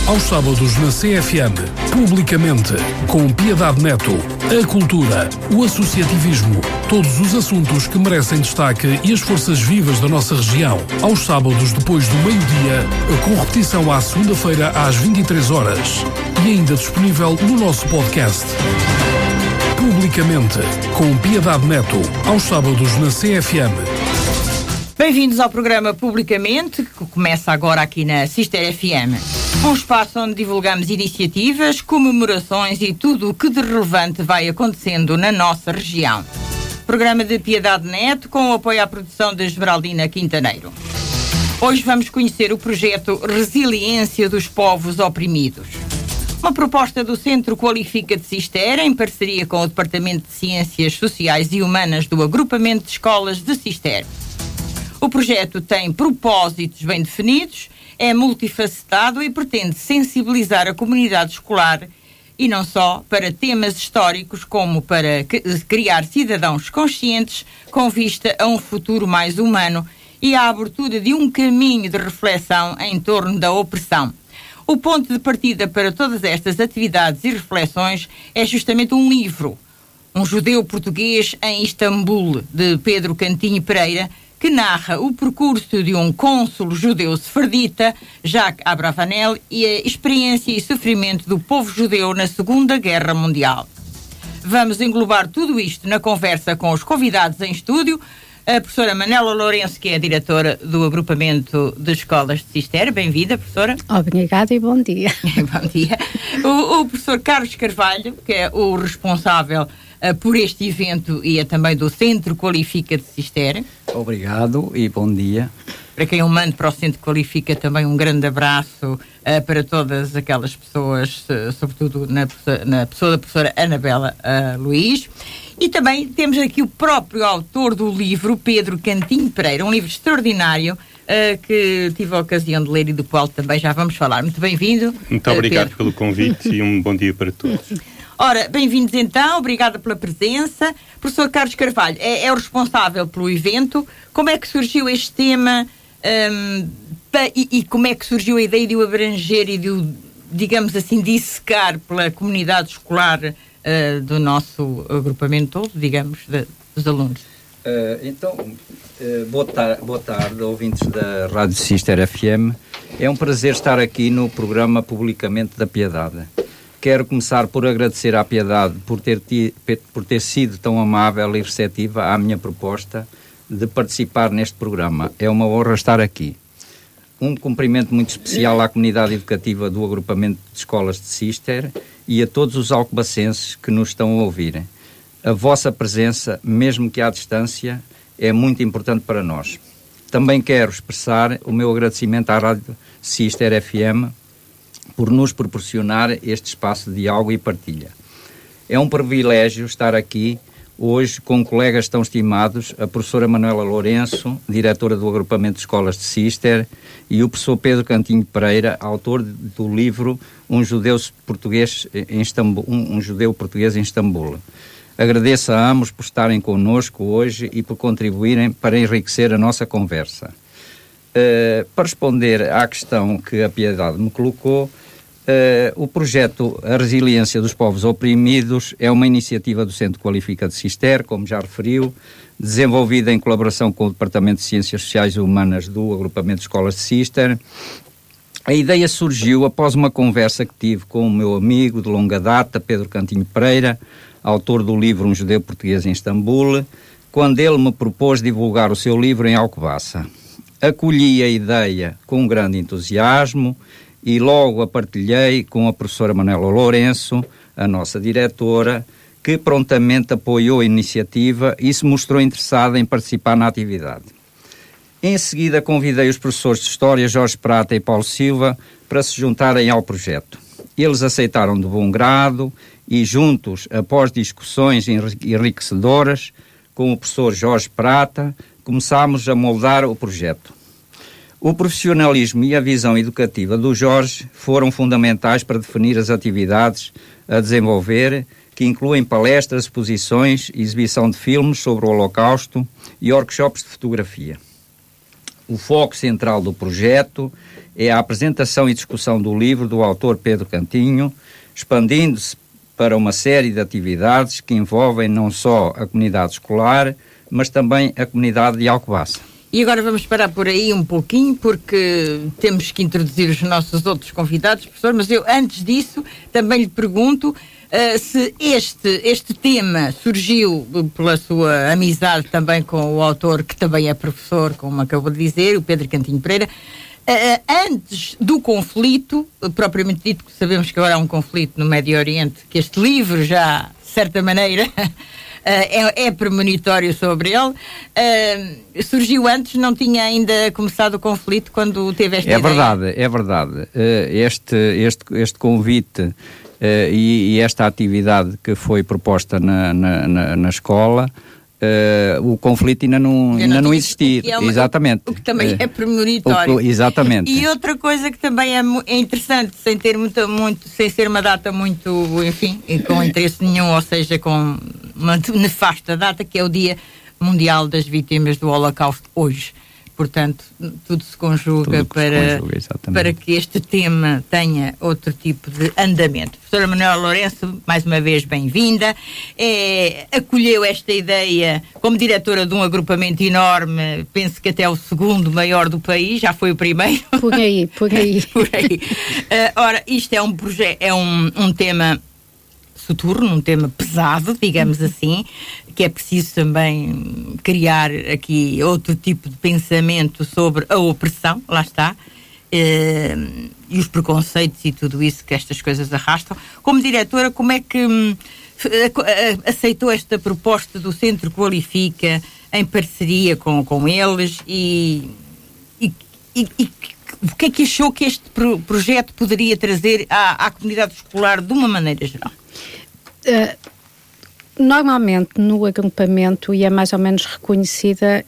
aos sábados na CFM, publicamente, com Piedade Neto, a cultura, o associativismo, todos os assuntos que merecem destaque e as forças vivas da nossa região. Aos sábados depois do meio-dia, com repetição à segunda-feira às 23 horas e ainda disponível no nosso podcast. Publicamente, com Piedade Neto, aos sábados na CFM. Bem-vindos ao programa Publicamente, que começa agora aqui na Cister FM. Um espaço onde divulgamos iniciativas, comemorações e tudo o que de relevante vai acontecendo na nossa região. Programa de Piedade Neto, com o apoio à produção de Esmeraldina Quintaneiro. Hoje vamos conhecer o projeto Resiliência dos Povos Oprimidos. Uma proposta do Centro Qualifica de Cister, em parceria com o Departamento de Ciências Sociais e Humanas do Agrupamento de Escolas de Cister. O projeto tem propósitos bem definidos, é multifacetado e pretende sensibilizar a comunidade escolar e não só para temas históricos, como para criar cidadãos conscientes com vista a um futuro mais humano e à abertura de um caminho de reflexão em torno da opressão. O ponto de partida para todas estas atividades e reflexões é justamente um livro, Um Judeu Português em Istambul, de Pedro Cantinho Pereira, que narra o percurso de um cônsul judeu sefardita, Jacques Abravanel, e a experiência e sofrimento do povo judeu na Segunda Guerra Mundial. Vamos englobar tudo isto na conversa com os convidados em estúdio, a professora Manuela Lourenço, que é a diretora do Agrupamento de Escolas de Cister. Bem-vinda, professora. Obrigada e bom dia. Bom dia. O professor Carlos Carvalho, que é o responsável por este evento e é também do Centro Qualifica de Cister. Obrigado e bom dia. Para quem eu mando para o Centro Qualifica, também um grande abraço para todas aquelas pessoas, sobretudo na pessoa da professora Anabela Luís. E também temos aqui o próprio autor do livro, Pedro Cantinho Pereira, um livro extraordinário que tive a ocasião de ler e do qual também já vamos falar. Muito bem-vindo. Muito obrigado pelo convite e um bom dia para todos. Ora, bem-vindos então, obrigada pela presença. Professor Carlos Carvalho é o responsável pelo evento. Como é que surgiu este tema e como é que surgiu a ideia de o abranger e de o, digamos assim, dissecar pela comunidade escolar do nosso agrupamento todo, digamos, dos alunos? Boa tarde, ouvintes da Rádio Cister FM. É um prazer estar aqui no programa Publicamente da Piedade. Quero começar por agradecer à Piedade por ter sido tão amável e receptiva à minha proposta de participar neste programa. É uma honra estar aqui. Um cumprimento muito especial à comunidade educativa do Agrupamento de Escolas de Cister e a todos os alcobacenses que nos estão a ouvir. A vossa presença, mesmo que à distância, é muito importante para nós. Também quero expressar o meu agradecimento à Rádio Cister FM por nos proporcionar este espaço de diálogo e partilha. É um privilégio estar aqui hoje com colegas tão estimados, a professora Manuela Lourenço, diretora do Agrupamento de Escolas de Cister, e o professor Pedro Cantinho Pereira, autor do livro Um Judeu Português em Istambul. Agradeço a ambos por estarem connosco hoje e por contribuírem para enriquecer a nossa conversa. Para responder à questão que a Piedade me colocou, o projeto A Resiliência dos Povos Oprimidos é uma iniciativa do Centro Qualifica de Cister, como já referiu, desenvolvida em colaboração com o Departamento de Ciências Sociais e Humanas do Agrupamento de Escolas de Cister. A ideia surgiu após uma conversa que tive com o meu amigo de longa data, Pedro Cantinho Pereira, autor do livro Um Judeu Português em Istambul, quando ele me propôs divulgar o seu livro em Alcobaça. Acolhi a ideia com grande entusiasmo e logo a partilhei com a professora Manuela Lourenço, a nossa diretora, que prontamente apoiou a iniciativa e se mostrou interessada em participar na atividade. Em seguida, convidei os professores de História, Jorge Prata e Paulo Silva, para se juntarem ao projeto. Eles aceitaram de bom grado e juntos, após discussões enriquecedoras com o professor Jorge Prata, começámos a moldar o projeto. O profissionalismo e a visão educativa do Jorge foram fundamentais para definir as atividades a desenvolver, que incluem palestras, exposições, exibição de filmes sobre o Holocausto e workshops de fotografia. O foco central do projeto é a apresentação e discussão do livro do autor Pedro Cantinho, expandindo-se para uma série de atividades que envolvem não só a comunidade escolar, mas também a comunidade de Alcobaça. E agora vamos parar por aí um pouquinho, porque temos que introduzir os nossos outros convidados, professor, mas eu, antes disso, também lhe pergunto se este tema surgiu pela sua amizade também com o autor, que também é professor, como acabou de dizer, o Pedro Cantinho Pereira, antes do conflito, propriamente dito, que sabemos que agora há um conflito no Médio Oriente, que este livro já, de certa maneira... é premonitório sobre ele. Surgiu antes, não tinha ainda começado o conflito quando teve esta ideia? É verdade. Este convite e esta atividade que foi proposta na escola, o conflito ainda não existia. Exatamente. O que também é premonitório. Exatamente. E outra coisa que também é interessante, sem ter sem ser uma data muito, enfim, com interesse nenhum, ou seja, com uma nefasta data, que é o Dia Mundial das Vítimas do Holocausto hoje. Portanto, tudo se conjuga para que este tema tenha outro tipo de andamento. Professora Manuela Lourenço, mais uma vez bem-vinda. Acolheu esta ideia como diretora de um agrupamento enorme, penso que até o segundo maior do país, já foi o primeiro. Por aí. Por aí. Ora, isto é um projeto, é um tema soturno, um tema pesado, digamos assim, que é preciso também criar aqui outro tipo de pensamento sobre a opressão, lá está, e os preconceitos e tudo isso que estas coisas arrastam. Como diretora, como é que aceitou esta proposta do Centro Qualifica em parceria com eles e o que é que achou que este projeto poderia trazer à comunidade escolar de uma maneira geral? Normalmente no agrupamento, e é mais ou menos reconhecida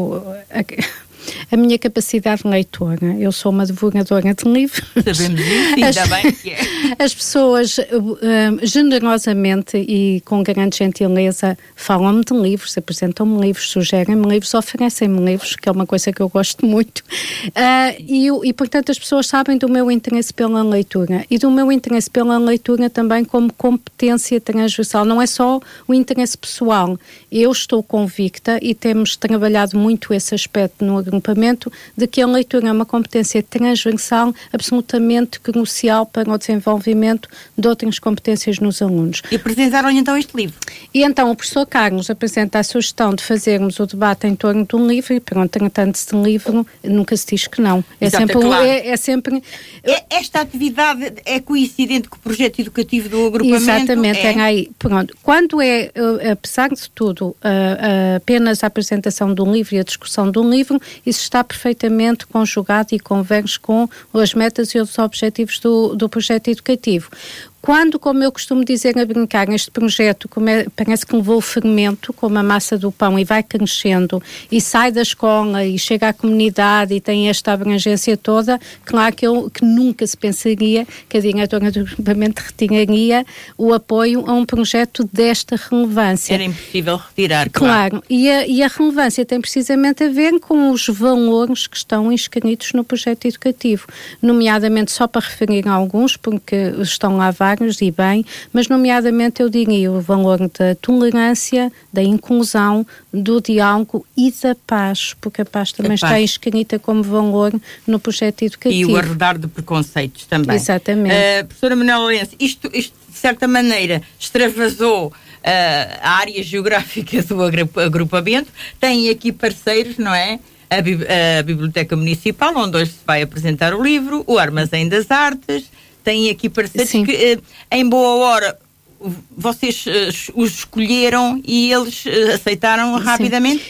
a minha capacidade de leitora. Eu sou uma divulgadora de livros. Sabemos isso, ainda bem que é. As pessoas generosamente e com grande gentileza falam-me de livros, apresentam-me livros, sugerem-me livros, oferecem-me livros, que é uma coisa que eu gosto muito. E portanto as pessoas sabem do meu interesse pela leitura e do meu interesse pela leitura também como competência transversal. Não é só o interesse pessoal. Eu estou convicta e temos trabalhado muito esse aspecto no agrupamento de que a leitura é uma competência transversal absolutamente crucial para o desenvolvimento de outras competências nos alunos. E apresentaram-lhe então este livro? E então o professor Carlos apresenta a sugestão de fazermos o debate em torno de um livro e pronto, tratando-se de livro, nunca se diz que não. Sempre... Esta atividade é coincidente com o projeto educativo do agrupamento? Exatamente, era aí. Pronto. Quando apesar de tudo, apenas a apresentação de um livro e a discussão de um livro, isso está perfeitamente conjugado e converge com as metas e os objetivos do projeto educativo. Quando, como eu costumo dizer a brincar, este projeto parece que levou o fermento, como a massa do pão, e vai crescendo, e sai da escola e chega à comunidade e tem esta abrangência toda, claro que nunca se pensaria que a diretora do agrupamento retiraria o apoio a um projeto desta relevância. Era impossível retirar, claro. E a relevância tem precisamente a ver com os valores que estão inscritos no projeto educativo, nomeadamente, só para referir a alguns, porque estão lá vários, e bem, mas nomeadamente eu diria o valor da tolerância, da inclusão, do diálogo e da paz, porque a paz também está inscrita como valor no projeto educativo. E o arredar de preconceitos também. Exatamente. Professora Manuela Lourenço, isto de certa maneira extravasou a área geográfica do agrupamento, tem aqui parceiros, não é? A Biblioteca Municipal, onde hoje se vai apresentar o livro, o Armazém das Artes. Tem aqui parceiros que, em boa hora, vocês os escolheram e eles aceitaram rapidamente?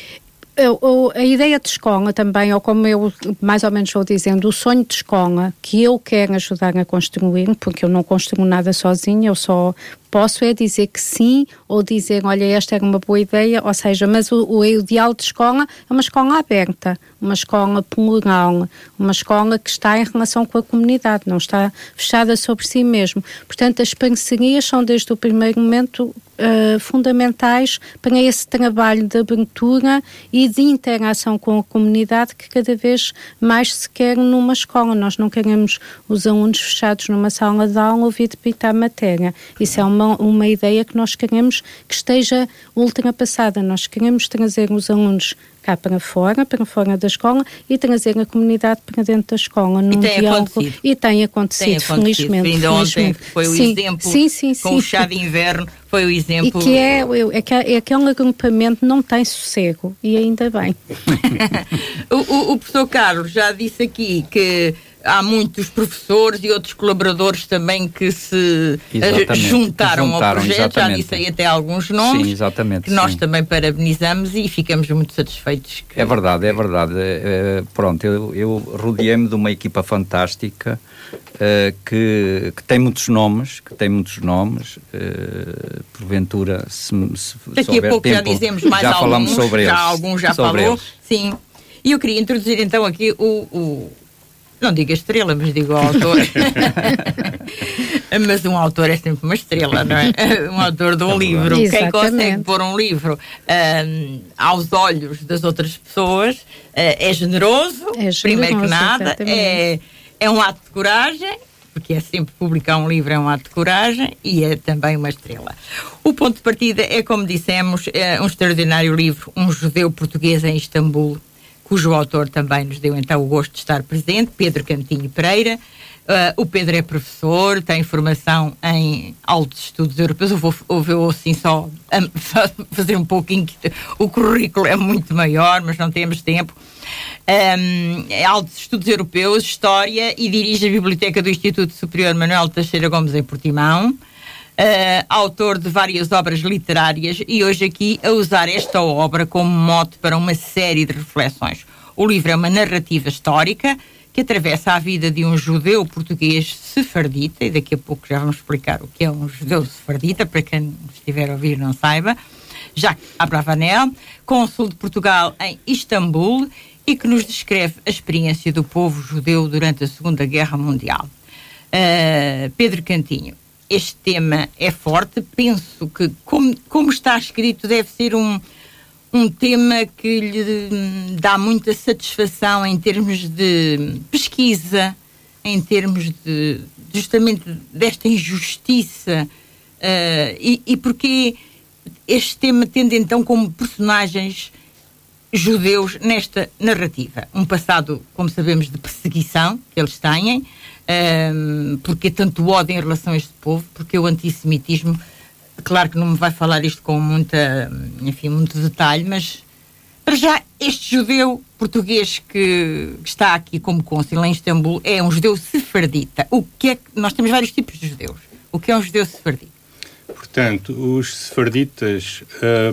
A ideia de escola também, ou como eu mais ou menos vou dizendo, o sonho de escola que eu quero ajudar a construir, porque eu não construo nada sozinha, eu só Posso é dizer que sim, ou dizer, olha, esta era uma boa ideia, ou seja, mas o ideal de escola é uma escola aberta, uma escola plural, uma escola que está em relação com a comunidade, não está fechada sobre si mesmo. Portanto, as parcerias são desde o primeiro momento fundamentais para esse trabalho de abertura e de interação com a comunidade que cada vez mais se quer numa escola. Nós não queremos os alunos fechados numa sala de aula ouvir debitar matéria. Isso é uma ideia que nós queremos que esteja ultrapassada. Nós queremos trazer os alunos cá para fora da escola e trazer a comunidade para dentro da escola num diálogo. E tem acontecido, felizmente. Ainda ontem foi o exemplo, com o chá de inverno, foi o exemplo. E que é aquele agrupamento não tem sossego, e ainda bem. o professor Carlos já disse aqui que há muitos professores e outros colaboradores também que se juntaram ao projeto. Exatamente. Já disse aí até alguns nomes. Sim, exatamente, que nós também parabenizamos e ficamos muito satisfeitos. É verdade. Pronto, eu rodeei-me de uma equipa fantástica que tem muitos nomes, porventura, se daqui a pouco tempo, já dizemos mais já alguns, falamos sobre eles. Já alguns já falou. Eles. Sim. E eu queria introduzir então aqui não digo a estrela, mas digo o autor. Mas um autor é sempre uma estrela, não é? Um autor de um livro. Exatamente. Quem consegue pôr um livro aos olhos das outras pessoas é generoso, primeiro que nada. É um ato de coragem, porque é sempre publicar um livro é um ato de coragem, e é também uma estrela. O ponto de partida é, como dissemos, um extraordinário livro, Um Judeu Português em Istambul, cujo autor também nos deu então o gosto de estar presente, Pedro Cantinho Pereira. O Pedro é professor, tem formação em altos estudos europeus. Eu vou assim só fazer um pouquinho, o currículo é muito maior, mas não temos tempo. Altos estudos europeus, história, e dirige a biblioteca do Instituto Superior Manuel Teixeira Gomes em Portimão. Autor de várias obras literárias, e hoje aqui a usar esta obra como mote para uma série de reflexões. O livro é uma narrativa histórica que atravessa a vida de um judeu português sefardita, e daqui a pouco já vamos explicar o que é um judeu sefardita, para quem estiver a ouvir não saiba. Jacques Abravanel, cônsul de Portugal em Istambul, e que nos descreve a experiência do povo judeu durante a Segunda Guerra Mundial. Pedro Cantinho, este tema é forte, penso que, como está escrito, deve ser um tema que lhe dá muita satisfação em termos de pesquisa, em termos de justamente desta injustiça, e porque este tema tende então como personagens judeus nesta narrativa. Um passado, como sabemos, de perseguição que eles têm, porque tanto ódio em relação a este povo, porque o antissemitismo, claro que não me vai falar isto com muito detalhe, mas para já este judeu português que está aqui como cônsul em Istambul é um judeu sefardita. Nós temos vários tipos de judeus. O que é um judeu sefardita? Portanto, os sefarditas,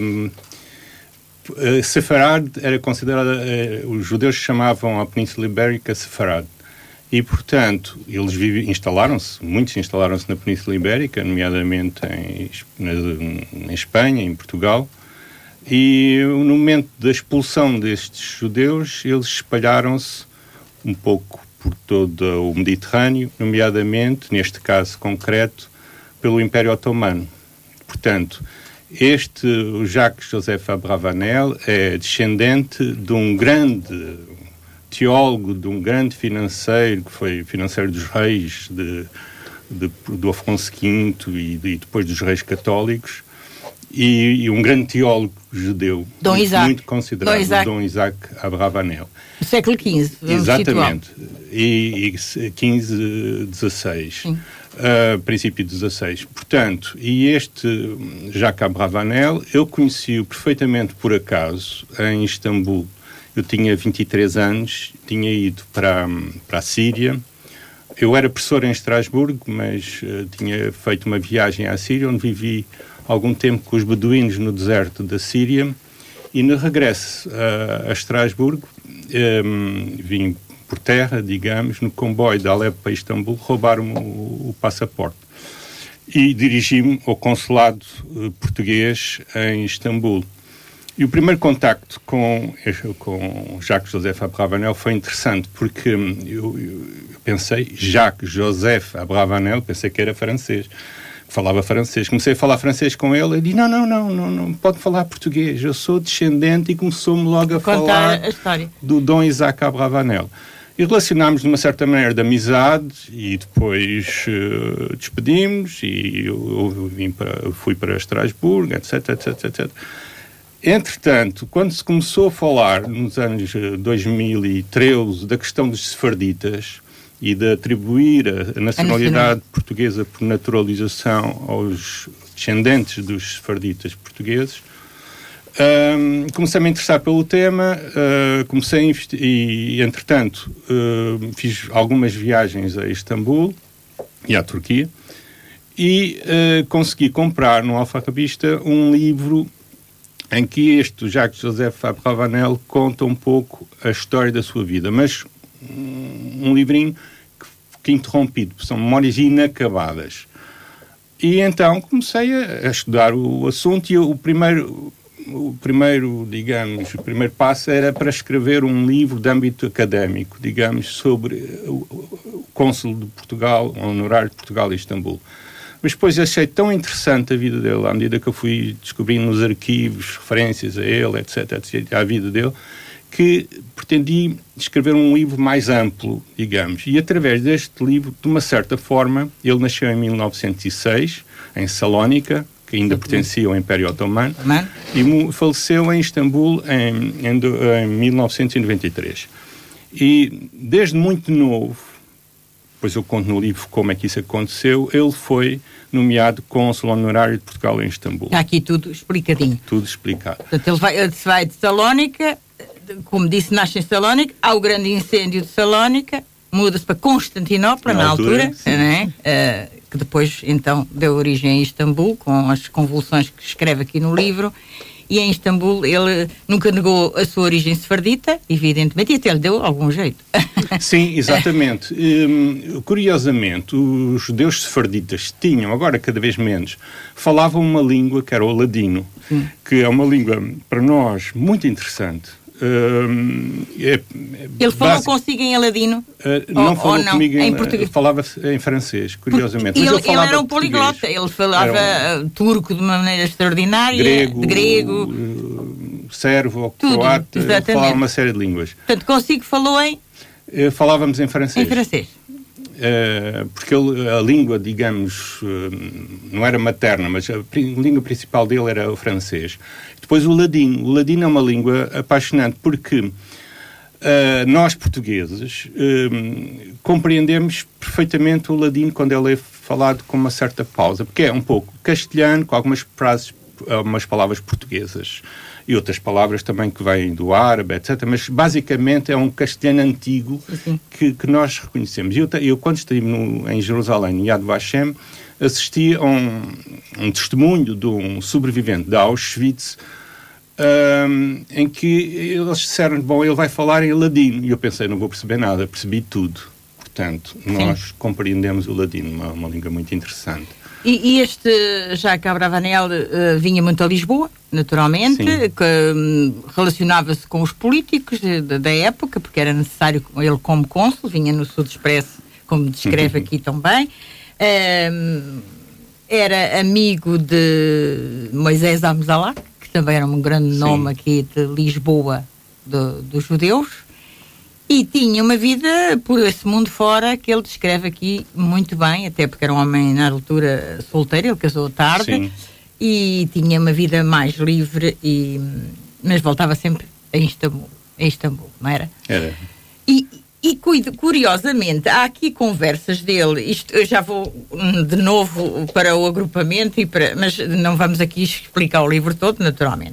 Sefarad era considerada, os judeus chamavam a Península Ibérica Sefarad. E, portanto, eles muitos instalaram-se na Península Ibérica, nomeadamente em Espanha, em Portugal. E no momento da expulsão destes judeus, eles espalharam-se um pouco por todo o Mediterrâneo, nomeadamente, neste caso concreto, pelo Império Otomano. Portanto, o Jacques Joseph Abravanel é descendente de um grande teólogo, de um grande financeiro, que foi financeiro dos reis do Afonso V e depois dos reis católicos, e um grande teólogo judeu, muito considerado, Dom Isaac Abravanel. Do século XV. Exatamente. E XV, XVI. Princípio de 16. Portanto, e este Jacques Abravanel, eu conheci-o perfeitamente por acaso em Istambul. Eu tinha 23 anos, tinha ido para a Síria. Eu era professor em Estrasburgo, mas tinha feito uma viagem à Síria, onde vivi algum tempo com os beduínos no deserto da Síria. E no regresso a Estrasburgo, vim por terra, digamos, no comboio de Alepo para Istambul, roubaram-me o passaporte. e dirigi-me ao consulado português em Istambul. E o primeiro contacto com Jacques-Joseph Abravanel foi interessante, porque eu pensei, Jacques-Joseph Abravanel, pensei que era francês, falava francês. Comecei a falar francês com ele e disse, não, pode falar português, eu sou descendente, e começou-me logo a falar a história do Dom Isaac Abravanel. E relacionámos de uma certa maneira de amizade e depois despedimos e eu fui para Estrasburgo, etc. Entretanto, quando se começou a falar nos anos 2013 da questão dos sefarditas e de atribuir a nacionalidade portuguesa por naturalização aos descendentes dos sefarditas portugueses, comecei a me interessar pelo tema, comecei a investir e, entretanto, fiz algumas viagens a Istambul e à Turquia e consegui comprar no Alfarrabista um livro em que Jacques-Joseph Abravanel conta um pouco a história da sua vida, mas um livrinho que interrompido, são memórias inacabadas. E então comecei a estudar o assunto e o primeiro passo era para escrever um livro de âmbito académico, digamos, sobre o cônsul de Portugal, o honorário de Portugal em Istambul. Mas depois achei tão interessante a vida dele, à medida que eu fui descobrindo nos arquivos referências a ele, etc., à vida dele, que pretendi escrever um livro mais amplo, digamos. E através deste livro, de uma certa forma, ele nasceu em 1906, em Salónica, que ainda pertencia ao Império Otomano, e faleceu em Istambul em 1993. E desde muito novo, depois eu conto no livro como é que isso aconteceu, ele foi nomeado cônsul honorário de Portugal em Istambul. Está aqui tudo explicadinho. Tudo explicado. Portanto, ele vai de Salónica, como disse, nasce em Salónica, há o grande incêndio de Salónica, muda-se para Constantinopla, na altura né? Que depois, então, deu origem a Istambul, com as convulsões que escreve aqui no livro. E em Istambul ele nunca negou a sua origem sefardita, evidentemente, e até lhe deu algum jeito. Sim, exatamente. Curiosamente, os judeus sefarditas tinham, agora cada vez menos, falavam uma língua que era o ladino, que é uma língua, para nós, muito interessante. Ele falou consigo em ladino? Não falou comigo em português? Falava em francês, curiosamente. Mas ele era um poliglota, ele falava turco de uma maneira extraordinária, grego, servo, croata, falava uma série de línguas. Portanto, consigo falou em? Falávamos em francês. Em francês. Porque a língua, digamos, não era materna, mas a língua principal dele era o francês. Depois o ladino. O ladino é uma língua apaixonante porque nós, portugueses, compreendemos perfeitamente o ladino quando ele é falado com uma certa pausa, porque é um pouco castelhano, com algumas frases, algumas palavras portuguesas e outras palavras também que vêm do árabe, etc. Mas, basicamente, é um castelhano antigo que nós reconhecemos. Eu quando estive em Jerusalém, em Yad Vashem, assisti a um testemunho de um sobrevivente de Auschwitz, em que eles disseram, bom, ele vai falar em ladino. E eu pensei, não vou perceber nada, percebi tudo. Portanto, nós compreendemos o ladino, uma língua muito interessante. E este Jacques Abravanel vinha muito a Lisboa, naturalmente, que relacionava-se com os políticos da época, porque era necessário ele como cônsul, vinha no Sud Expresso, como descreve aqui também. Era amigo de Moisés Amzalá, que também era um grande nome aqui de Lisboa dos judeus. E tinha uma vida por esse mundo fora que ele descreve aqui muito bem, até porque era um homem na altura solteiro, ele casou tarde e tinha uma vida mais livre, mas voltava sempre a Istambul, não era? Era. E curiosamente, há aqui conversas dele, isto eu já vou de novo para o agrupamento, mas não vamos aqui explicar o livro todo, naturalmente.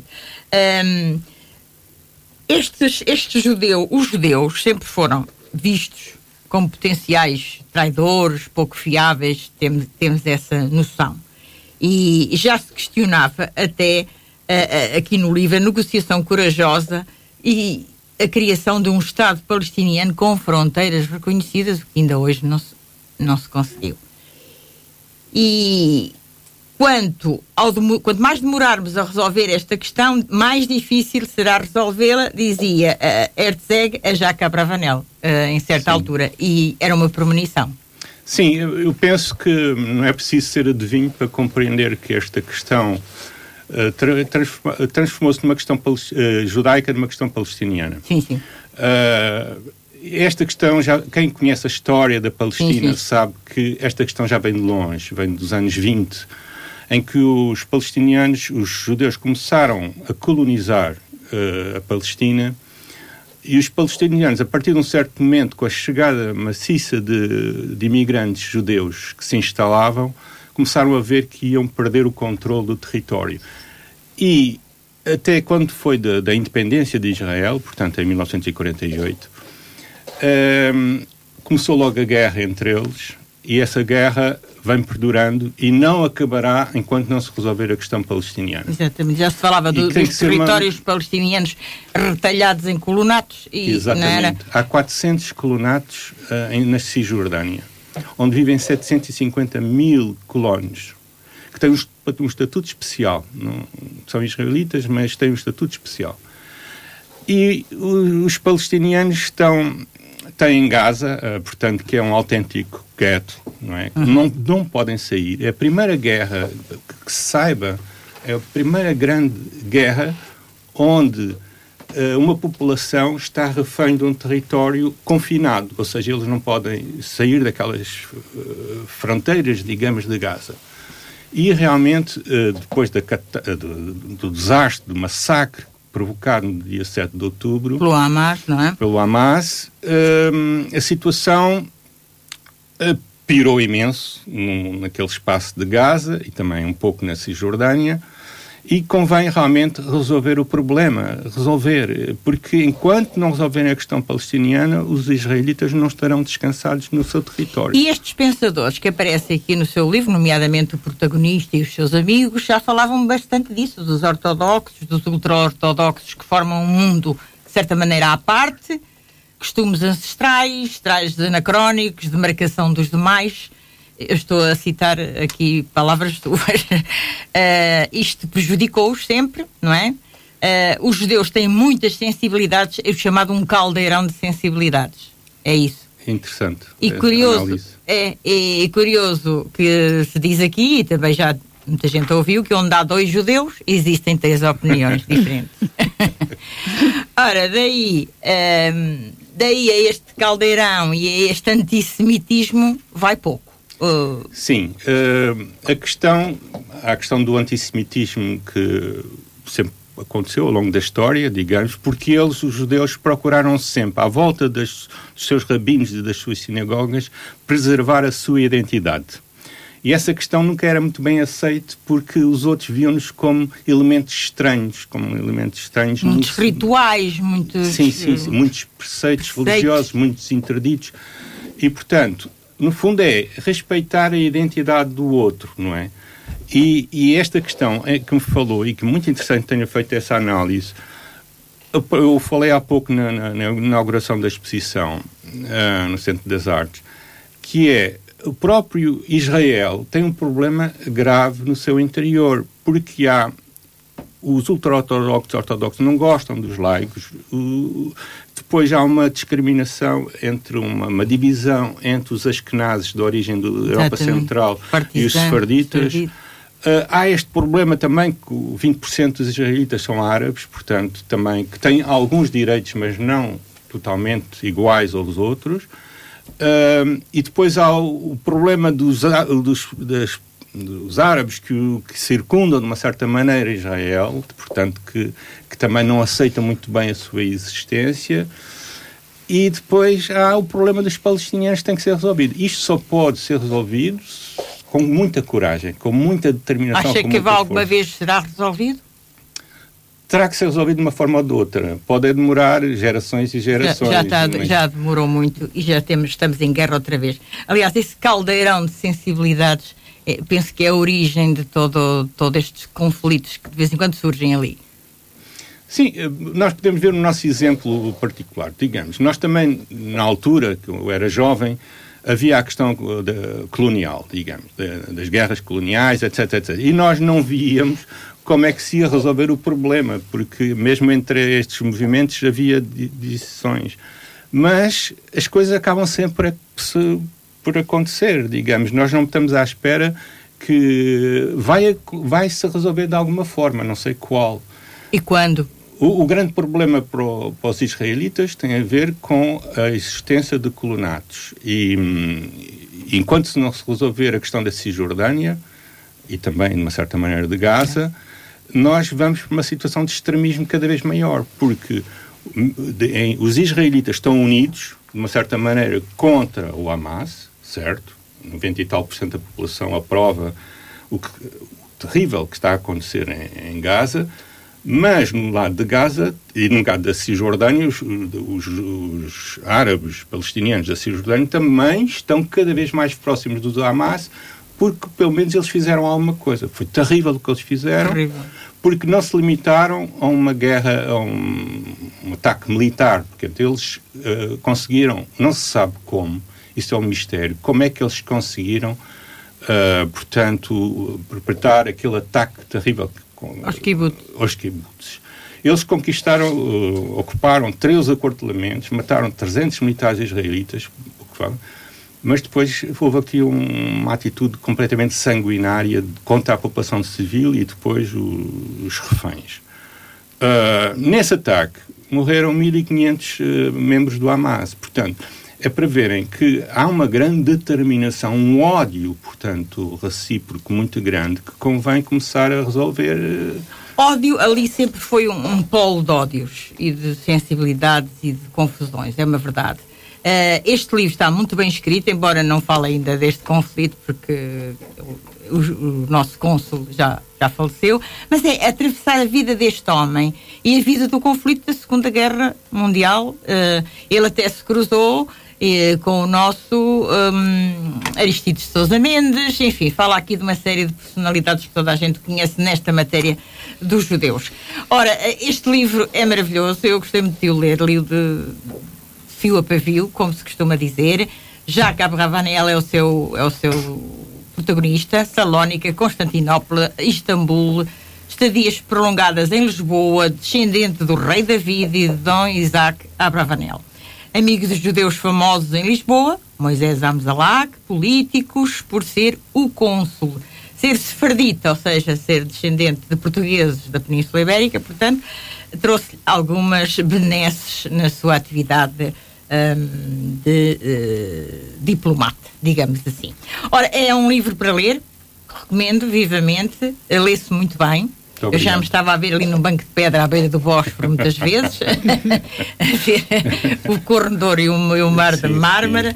Os judeus sempre foram vistos como potenciais traidores, pouco fiáveis, temos essa noção. E já se questionava até, aqui no livro, a negociação corajosa e a criação de um Estado palestiniano com fronteiras reconhecidas, o que ainda hoje não se conseguiu. E quanto mais demorarmos a resolver esta questão, mais difícil será resolvê-la, dizia Herzeg a Jacques Abravanel, em certa altura, e era uma premonição. Sim, eu penso que não é preciso ser adivinho para compreender que esta questão transformou-se numa questão judaica numa questão palestiniana. Sim, sim. Esta questão, quem conhece a história da Palestina sabe que esta questão já vem de longe, vem dos anos 20, em que os palestinianos, os judeus, começaram a colonizar a Palestina, e os palestinianos, a partir de um certo momento, com a chegada maciça de imigrantes judeus que se instalavam, começaram a ver que iam perder o controle do território. E até quando foi da independência de Israel, portanto em 1948, começou logo a guerra entre eles, e essa guerra vem perdurando e não acabará enquanto não se resolver a questão palestiniana. Exatamente, já se falava dos territórios palestinianos retalhados em colonatos. Exatamente, há 400 colonatos na Cisjordânia, onde vivem 750 mil colonos, que têm um estatuto especial. Não são israelitas, mas têm um estatuto especial. E os palestinianos têm Gaza, portanto, que é um autêntico gueto, não é? Não podem sair. É a primeira guerra, que se saiba, é a primeira grande guerra onde uma população está refém de um território confinado, ou seja, eles não podem sair daquelas fronteiras, digamos, de Gaza. E realmente, depois do desastre, do massacre provocado no dia 7 de outubro... Pelo Hamas, não é? Pelo Hamas, a situação pirou imenso naquele espaço de Gaza e também um pouco na Cisjordânia, e convém realmente resolver o problema, porque enquanto não resolverem a questão palestiniana, os israelitas não estarão descansados no seu território. E estes pensadores que aparecem aqui no seu livro, nomeadamente o protagonista e os seus amigos, já falavam bastante disso, dos ortodoxos, dos ultra-ortodoxos, que formam um mundo, de certa maneira, à parte, costumes ancestrais, trajes anacrónicos, demarcação dos demais. Eu estou a citar aqui palavras tuas. Isto prejudicou-os sempre, não é? Os judeus têm muitas sensibilidades, é o chamado um caldeirão de sensibilidades. É isso. Interessante. E curioso que se diz aqui, e também já muita gente ouviu, que onde há dois judeus, existem três opiniões diferentes. Ora, daí a este caldeirão e a este antissemitismo vai pouco. Sim, a questão do antissemitismo que sempre aconteceu ao longo da história, digamos, porque os judeus, procuraram sempre, à volta dos seus rabinos e das suas sinagogas, preservar a sua identidade. E essa questão nunca era muito bem aceita, porque os outros viam-nos como elementos estranhos. Muitos rituais, muitos... Sim, muitos preceitos religiosos, muitos interditos. E, portanto, no fundo é respeitar a identidade do outro, não é? E esta questão que me falou, e que é muito interessante que tenha feito essa análise, eu falei há pouco na inauguração da exposição no Centro das Artes, que é o próprio Israel tem um problema grave no seu interior, porque os ultra-ortodoxos não gostam dos laicos. Depois há uma discriminação uma divisão entre os askenazes da origem da Europa Central e os sefarditas. Há este problema também que 20% dos israelitas são árabes, portanto, também que têm alguns direitos, mas não totalmente iguais aos outros. E depois há o problema dos árabes que circundam de uma certa maneira Israel, portanto que também não aceitam muito bem a sua existência. E depois há o problema dos palestinianos que tem que ser resolvido. Isto só pode ser resolvido com muita coragem, com muita determinação. Acha que alguma vez será resolvido? Terá que ser resolvido de uma forma ou de outra. Pode demorar gerações e gerações. Já demorou muito e estamos em guerra outra vez. Aliás, esse caldeirão de sensibilidades, penso que é a origem de todos estes conflitos que de vez em quando surgem ali. Sim, nós podemos ver o nosso exemplo particular. Digamos, nós também, na altura, que eu era jovem, havia a questão colonial, digamos, das guerras coloniais, etc, etc. E nós não víamos como é que se ia resolver o problema, porque mesmo entre estes movimentos havia distinções. Mas as coisas acabam sempre por acontecer, digamos. Nós não estamos à espera que vai-se resolver de alguma forma, não sei qual. E quando? O grande problema para os israelitas tem a ver com a existência de colonatos. E enquanto não se resolver a questão da Cisjordânia, e também, de uma certa maneira, de Gaza, nós vamos para uma situação de extremismo cada vez maior, porque os israelitas estão unidos, de uma certa maneira, contra o Hamas, certo? 90 e tal % da população aprova o terrível que está a acontecer em Gaza, mas no lado de Gaza e no lado da Cisjordânia, os árabes palestinianos da Cisjordânia também estão cada vez mais próximos do Hamas, porque pelo menos eles fizeram alguma coisa. Foi terrível o que eles fizeram, porque não se limitaram a uma guerra, a um ataque militar. Porque eles conseguiram, não se sabe como, isso é um mistério, como é que eles conseguiram, portanto, perpetrar aquele ataque terrível aos kibbutz. Eles conquistaram, ocuparam 13 aquartelamentos, mataram 300 militares israelitas, mas depois houve aqui uma atitude completamente sanguinária contra a população civil e depois os reféns. Nesse ataque morreram 1.500 membros do Hamas. Portanto, é para verem que há uma grande determinação, um ódio, portanto, recíproco muito grande, que convém começar a resolver. Ódio ali sempre foi um polo de ódios e de sensibilidades e de confusões, é uma verdade. Este livro está muito bem escrito, embora não fale ainda deste conflito, porque o nosso cônsul já faleceu, mas é atravessar a vida deste homem e a vida do conflito da Segunda Guerra Mundial. Ele até se cruzou com o nosso Aristides de Sousa Mendes, enfim, fala aqui de uma série de personalidades que toda a gente conhece nesta matéria dos judeus. Ora, este livro é maravilhoso, eu gostei muito de o ler, li-o de fio a pavio, como se costuma dizer. Jacques Abravanel é o seu protagonista. Salónica, Constantinopla, Istambul, estadias prolongadas em Lisboa, descendente do rei David e de Dom Isaac Abravanel. Amigo dos judeus famosos em Lisboa, Moisés Amzalak, políticos, por ser o cônsul. Ser sefardita, ou seja, ser descendente de portugueses da Península Ibérica, portanto, trouxe algumas benesses na sua atividade de diplomata, digamos assim. Ora, é um livro para ler, recomendo vivamente, lê-se muito bem. Eu já me estava a ver ali num banco de pedra à beira do Bósforo muitas vezes, a ver o corredor e o mar de Mármara.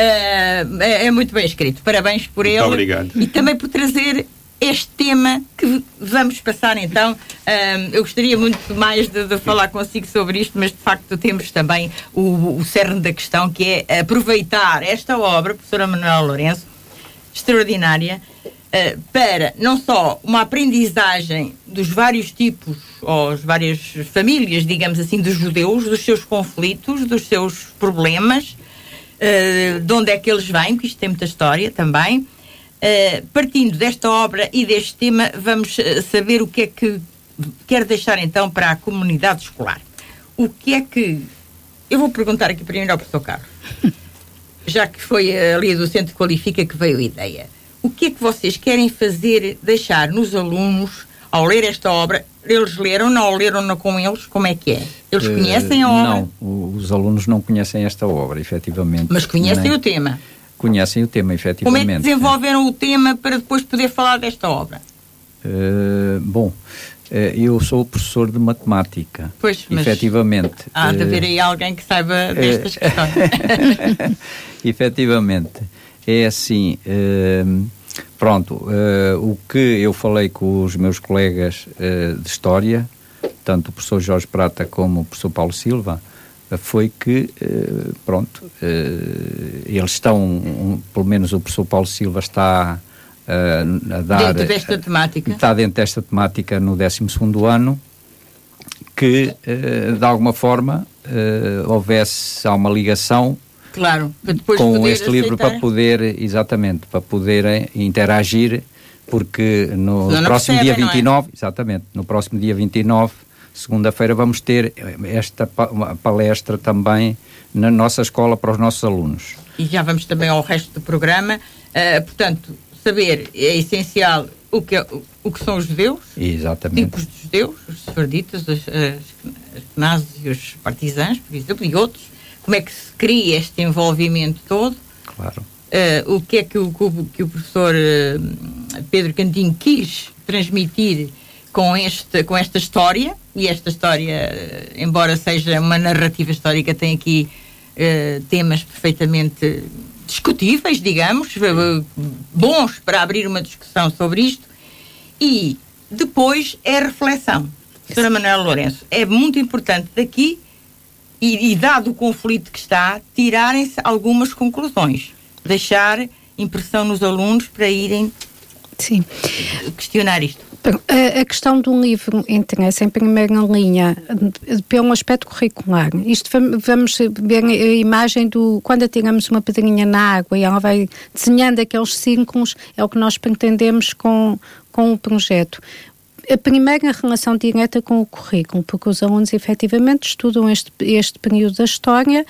É muito bem escrito. Parabéns por ele. Muito obrigado. E também por trazer este tema que vamos passar então. Eu gostaria muito mais de falar consigo sobre isto, mas de facto temos também o cerne da questão, que é aproveitar esta obra, professora Manuela Lourenço, extraordinária, para não só uma aprendizagem dos vários tipos, ou as várias famílias, digamos assim, dos judeus, dos seus conflitos, dos seus problemas, de onde é que eles vêm, que isto tem muita história também. Partindo desta obra e deste tema, vamos saber o que é que quer deixar então para a comunidade escolar. O que é que... Eu vou perguntar aqui primeiro ao professor Carlos, já que foi ali do Centro Qualifica que veio a ideia. O que é que vocês querem fazer, deixar nos alunos, ao ler esta obra? Eles leram, não leram com eles? Como é que é? Eles conhecem a obra? Não, os alunos não conhecem esta obra, efetivamente. Mas conhecem o tema? Conhecem o tema, efetivamente. Como é que desenvolveram o tema para depois poder falar desta obra? Eu sou professor de matemática. Pois, mas efetivamente. Há de haver aí alguém que saiba destas questões. Efetivamente. É assim, o que eu falei com os meus colegas de História, tanto o professor Jorge Prata como o professor Paulo Silva, foi que, eles estão, pelo menos o professor Paulo Silva está a dar... Dentro desta temática? Está dentro desta temática no 12º ano, que, de alguma forma, há uma ligação Claro, para depois com este livro para poderem interagir, porque no próximo dia 29, exatamente, no próximo dia 29, segunda-feira, vamos ter esta palestra também na nossa escola para os nossos alunos. E já vamos também ao resto do programa. Portanto, saber é essencial o que são os judeus, exatamente, tipos de judeus, os sefarditas, as nazis e os partisãs, por exemplo, e outros. Como é que se cria este envolvimento todo? Claro. O que é que o professor Pedro Cantinho quis transmitir com esta história? E esta história, embora seja uma narrativa histórica, tem aqui temas perfeitamente discutíveis, digamos, bons para abrir uma discussão sobre isto. E depois é a reflexão. Sra. Manuela Lourenço, é muito importante daqui, e dado o conflito que está, tirarem-se algumas conclusões, deixar impressão nos alunos para irem questionar isto. A questão do livro interessa em primeira linha pelo aspecto curricular. Isto vamos ver a imagem quando atiramos uma pedrinha na água e ela vai desenhando aqueles círculos, é o que nós pretendemos com o projeto. A primeira relação direta com o currículo, porque os alunos efetivamente estudam este período da história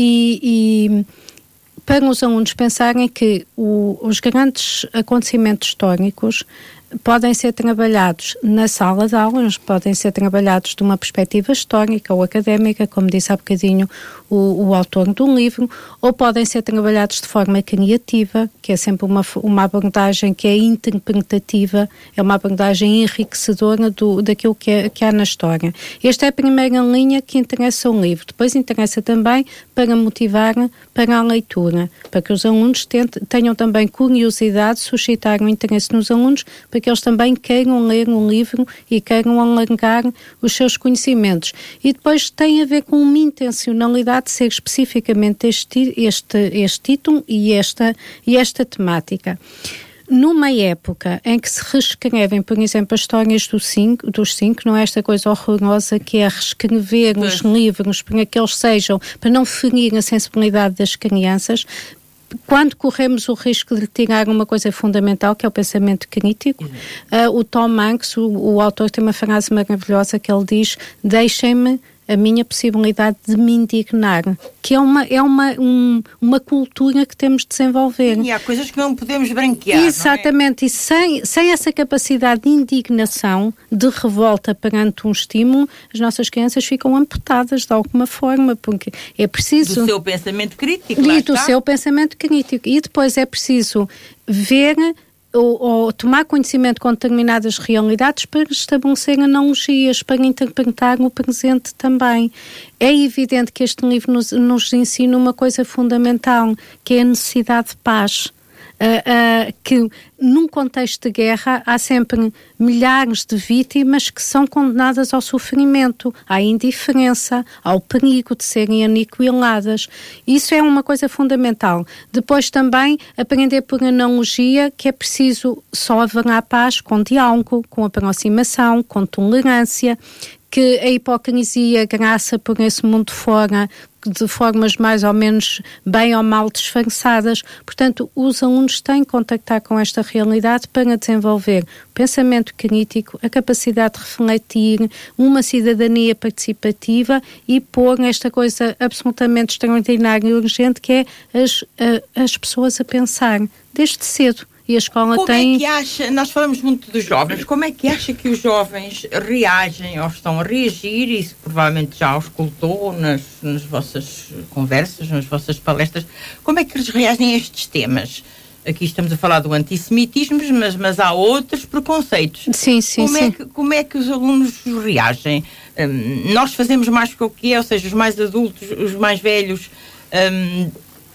e para os alunos pensarem que os grandes acontecimentos históricos podem ser trabalhados na sala de aulas, podem ser trabalhados de uma perspectiva histórica ou académica, como disse há bocadinho o autor do livro, ou podem ser trabalhados de forma criativa, que é sempre uma abordagem que é interpretativa, é uma abordagem enriquecedora daquilo que há na história. Esta é a primeira linha que interessa o livro. Depois interessa também para motivar para a leitura, para que os alunos tenham também curiosidade, suscitar um interesse nos alunos, para que eles também queiram ler um livro e queiram alargar os seus conhecimentos. E depois tem a ver com uma intencionalidade de ser especificamente este título e esta temática. Numa época em que se reescrevem, por exemplo, as histórias dos cinco, não é esta coisa horrorosa que é reescrever os livros para que eles sejam, para não ferir a sensibilidade das crianças, quando corremos o risco de tirar uma coisa fundamental, que é o pensamento crítico. O Tom Hanks, o autor, tem uma frase maravilhosa que ele diz: deixem-me a minha possibilidade de me indignar, que é uma cultura que temos de desenvolver. E há coisas que não podemos branquear. Exatamente, não é? E sem essa capacidade de indignação, de revolta perante um estímulo, as nossas crianças ficam amputadas de alguma forma, porque é preciso... Do seu pensamento crítico, E do seu pensamento crítico. E depois é preciso ver... Ou tomar conhecimento com determinadas realidades para estabelecer analogias, para interpretar o presente também. É evidente que este livro nos ensina uma coisa fundamental, que é a necessidade de paz. Que num contexto de guerra há sempre milhares de vítimas que são condenadas ao sofrimento, à indiferença, ao perigo de serem aniquiladas. Isso é uma coisa fundamental. Depois também aprender por analogia que é preciso só haverá paz com diálogo, com aproximação, com tolerância, que a hipocrisia graça por esse mundo fora de formas mais ou menos bem ou mal disfarçadas. Portanto, os alunos têm que contactar com esta realidade para desenvolver o pensamento crítico, a capacidade de refletir, uma cidadania participativa e pôr esta coisa absolutamente extraordinária e urgente que é as pessoas a pensar desde cedo. E a escola tem... Como é que acha, nós falamos muito dos jovens, como é que acha que os jovens reagem ou estão a reagir, e isso provavelmente já os escutou nas vossas conversas, nas vossas palestras, como é que eles reagem a estes temas? Aqui estamos a falar do antissemitismo, mas há outros preconceitos. Sim. Como é que os alunos reagem? Nós fazemos mais do que o que é, ou seja, os mais adultos, os mais velhos...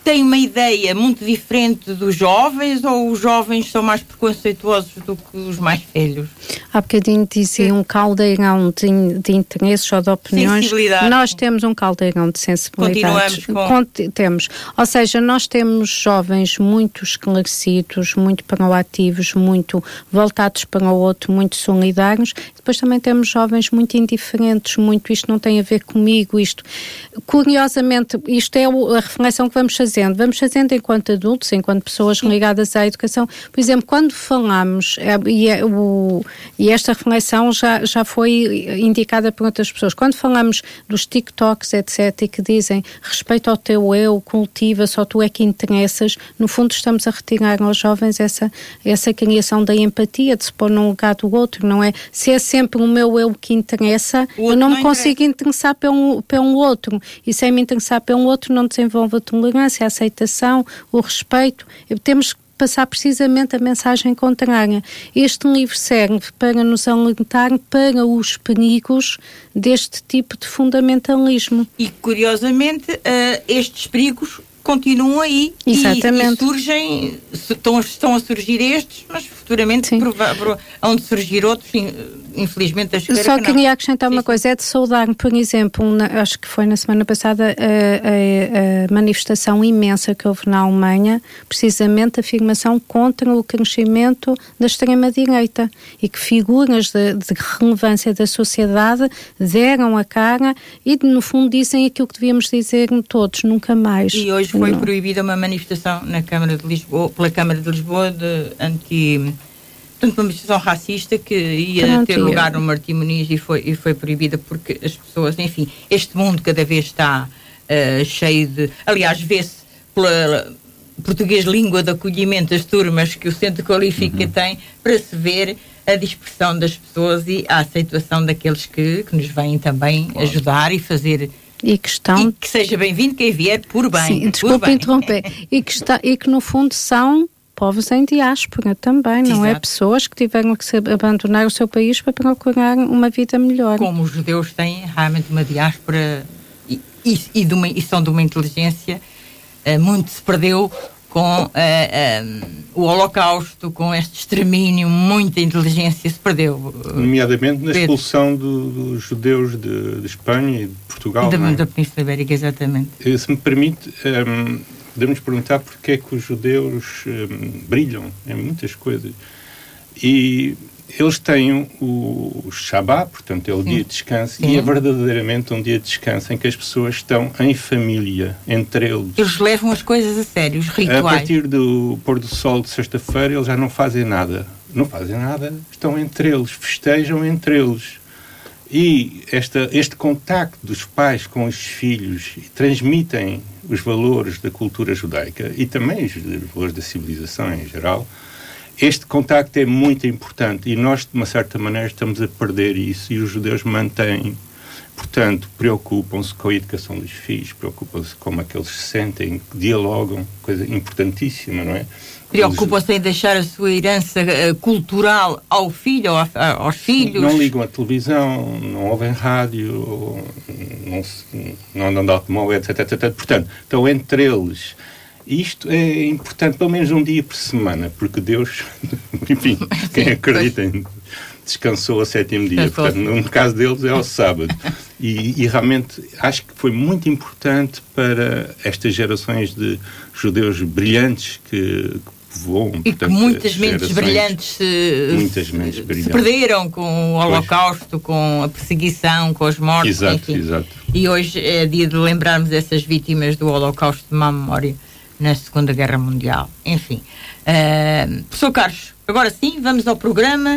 tem uma ideia muito diferente dos jovens, ou os jovens são mais preconceituosos do que os mais velhos? Há bocadinho dizia um caldeirão de interesses ou de opiniões. Nós temos um caldeirão de sensibilidades. Temos. Ou seja, nós temos jovens muito esclarecidos, muito proativos, muito voltados para o outro, muito solidários. Depois também temos jovens muito indiferentes, muito isto não tem a ver comigo, isto. Curiosamente, isto é a reflexão que vamos fazendo enquanto adultos, enquanto pessoas ligadas à educação. Por exemplo, quando falamos, e esta reflexão já foi indicada por outras pessoas, quando falamos dos TikToks, etc., e que dizem respeito ao teu eu, cultiva, só tu é que interessas, no fundo estamos a retirar aos jovens essa criação da empatia, de se pôr num lugar do outro, não é? Se é sempre o meu eu que interessa, eu não me consigo interessar pelo outro. E sem me interessar pelo outro, não desenvolvo a tolerância, a aceitação, o respeito. Temos que passar precisamente a mensagem contrária. Este livro serve para nos alertar para os perigos deste tipo de fundamentalismo. E, curiosamente, estes perigos continuam aí. Exatamente. E surgem, estão a surgir estes, mas futuramente hão de surgir outros, infelizmente. Só queria acrescentar uma coisa, é de saudar, por exemplo, acho que foi na semana passada, a manifestação imensa que houve na Alemanha, precisamente a afirmação contra o crescimento da extrema-direita, e que figuras de relevância da sociedade deram a cara e, no fundo, dizem aquilo que devíamos dizer todos, nunca mais. E hoje foi proibida uma manifestação na Câmara de Lisboa, pela Câmara de Lisboa, uma manifestação racista que ia ter lugar no Martim Muniz, e foi proibida porque as pessoas, enfim, este mundo cada vez está cheio de... Aliás, vê-se pela português língua de acolhimento das turmas que o Centro Qualifica tem, para se ver a dispersão das pessoas e a aceitação daqueles que nos vêm também ajudar e fazer... E que seja bem-vindo quem vier por bem. Sim, desculpe interromper. E que no fundo são povos em diáspora também, não é? Pessoas que tiveram que abandonar o seu país para procurar uma vida melhor. Como os judeus têm realmente uma diáspora e são de uma inteligência, muito se perdeu com o Holocausto, com este extermínio, muita inteligência se perdeu. Nomeadamente na expulsão dos judeus de Espanha e de Portugal. Da Península Ibérica, exatamente. Se me permite, podemos perguntar porque é que os judeus brilham em muitas coisas. E eles têm o Shabbat, portanto é o dia de descanso, e é verdadeiramente um dia de descanso em que as pessoas estão em família, entre eles. Eles levam as coisas a sério, os rituais. A partir do pôr do sol de sexta-feira, eles já não fazem nada. Não fazem nada, estão entre eles, festejam entre eles. E este contacto dos pais com os filhos transmitem os valores da cultura judaica e também os valores da civilização em geral. Este contacto é muito importante e nós, de uma certa maneira, estamos a perder isso, e os judeus mantêm. Portanto, preocupam-se com a educação dos filhos, preocupam-se com como é que eles se sentem, dialogam, coisa importantíssima, não é? Preocupam-se em deixar a sua herança cultural ao filho, aos filhos. Não ligam a televisão, não ouvem rádio, não andam de automóvel, etc. Portanto, estão entre eles. Isto é importante, pelo menos um dia por semana, porque Deus, enfim, quem acredita descansou ao sétimo dia. Portanto, no caso deles é ao sábado. E realmente acho que foi muito importante para estas gerações de judeus brilhantes que voam. E que muitas mentes brilhantes se perderam com o Holocausto, com a perseguição, com os mortos. Exato, enfim. Exato. E hoje é dia de lembrarmos essas vítimas do Holocausto de má memória na Segunda Guerra Mundial. Enfim. Professor Carlos, agora sim, vamos ao programa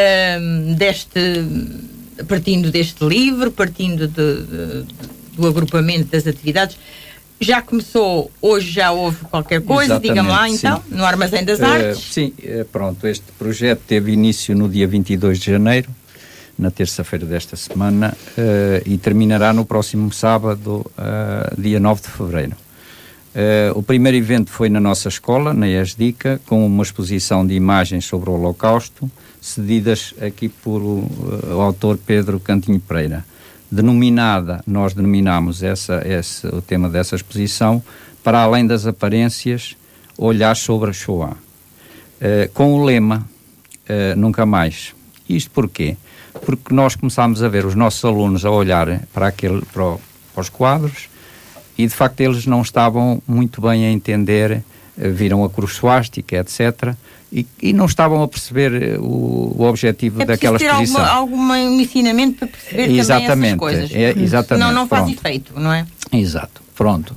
partindo deste livro, partindo do agrupamento das atividades. Já começou, hoje já houve qualquer coisa, diga-me lá então, sim. No Armazém das Artes. Sim, pronto, este projeto teve início no dia 22 de janeiro, na terça-feira desta semana, e terminará no próximo sábado, dia 9 de fevereiro. O primeiro evento foi na nossa escola, na ESDICA, com uma exposição de imagens sobre o Holocausto, cedidas aqui por o autor Pedro Cantinho Pereira. nós denominamos o tema dessa exposição, Para Além das Aparências, Olhar sobre a Shoah, com o lema Nunca Mais. Isto porquê? Porque nós começámos a ver os nossos alunos a olhar para os quadros e, de facto, eles não estavam muito bem a entender, viram a cruz suástica, etc., e não estavam a perceber o objetivo daquela exposição. É preciso ter algum ensinamento para perceber exatamente, também essas coisas. Exatamente. Senão não faz efeito, não é? Exato. Pronto.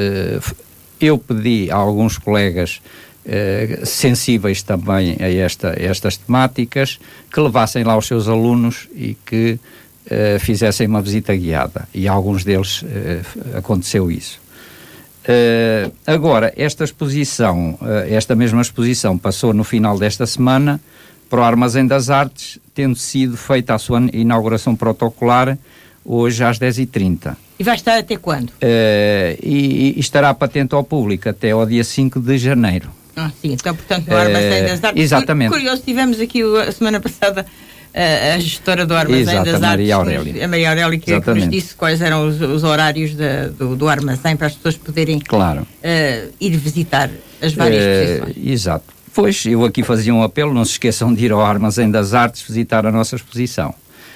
Eu pedi a alguns colegas sensíveis também a estas temáticas que levassem lá os seus alunos e que fizessem uma visita guiada. E a alguns deles aconteceu isso. Agora, esta mesma exposição passou no final desta semana para o Armazém das Artes, tendo sido feita a sua inauguração protocolar hoje às 10h30. E vai estar até quando? E estará patente ao público até ao dia 5 de janeiro. Sim, então, portanto, no Armazém das Artes. Exatamente. Curioso, tivemos aqui a semana passada a gestora do Armazém das Artes, a Maria Aurélia, que nos disse quais eram os horários do armazém para as pessoas poderem ir visitar as várias exposições. Exato. Pois, eu aqui fazia um apelo, não se esqueçam de ir ao Armazém das Artes visitar a nossa exposição.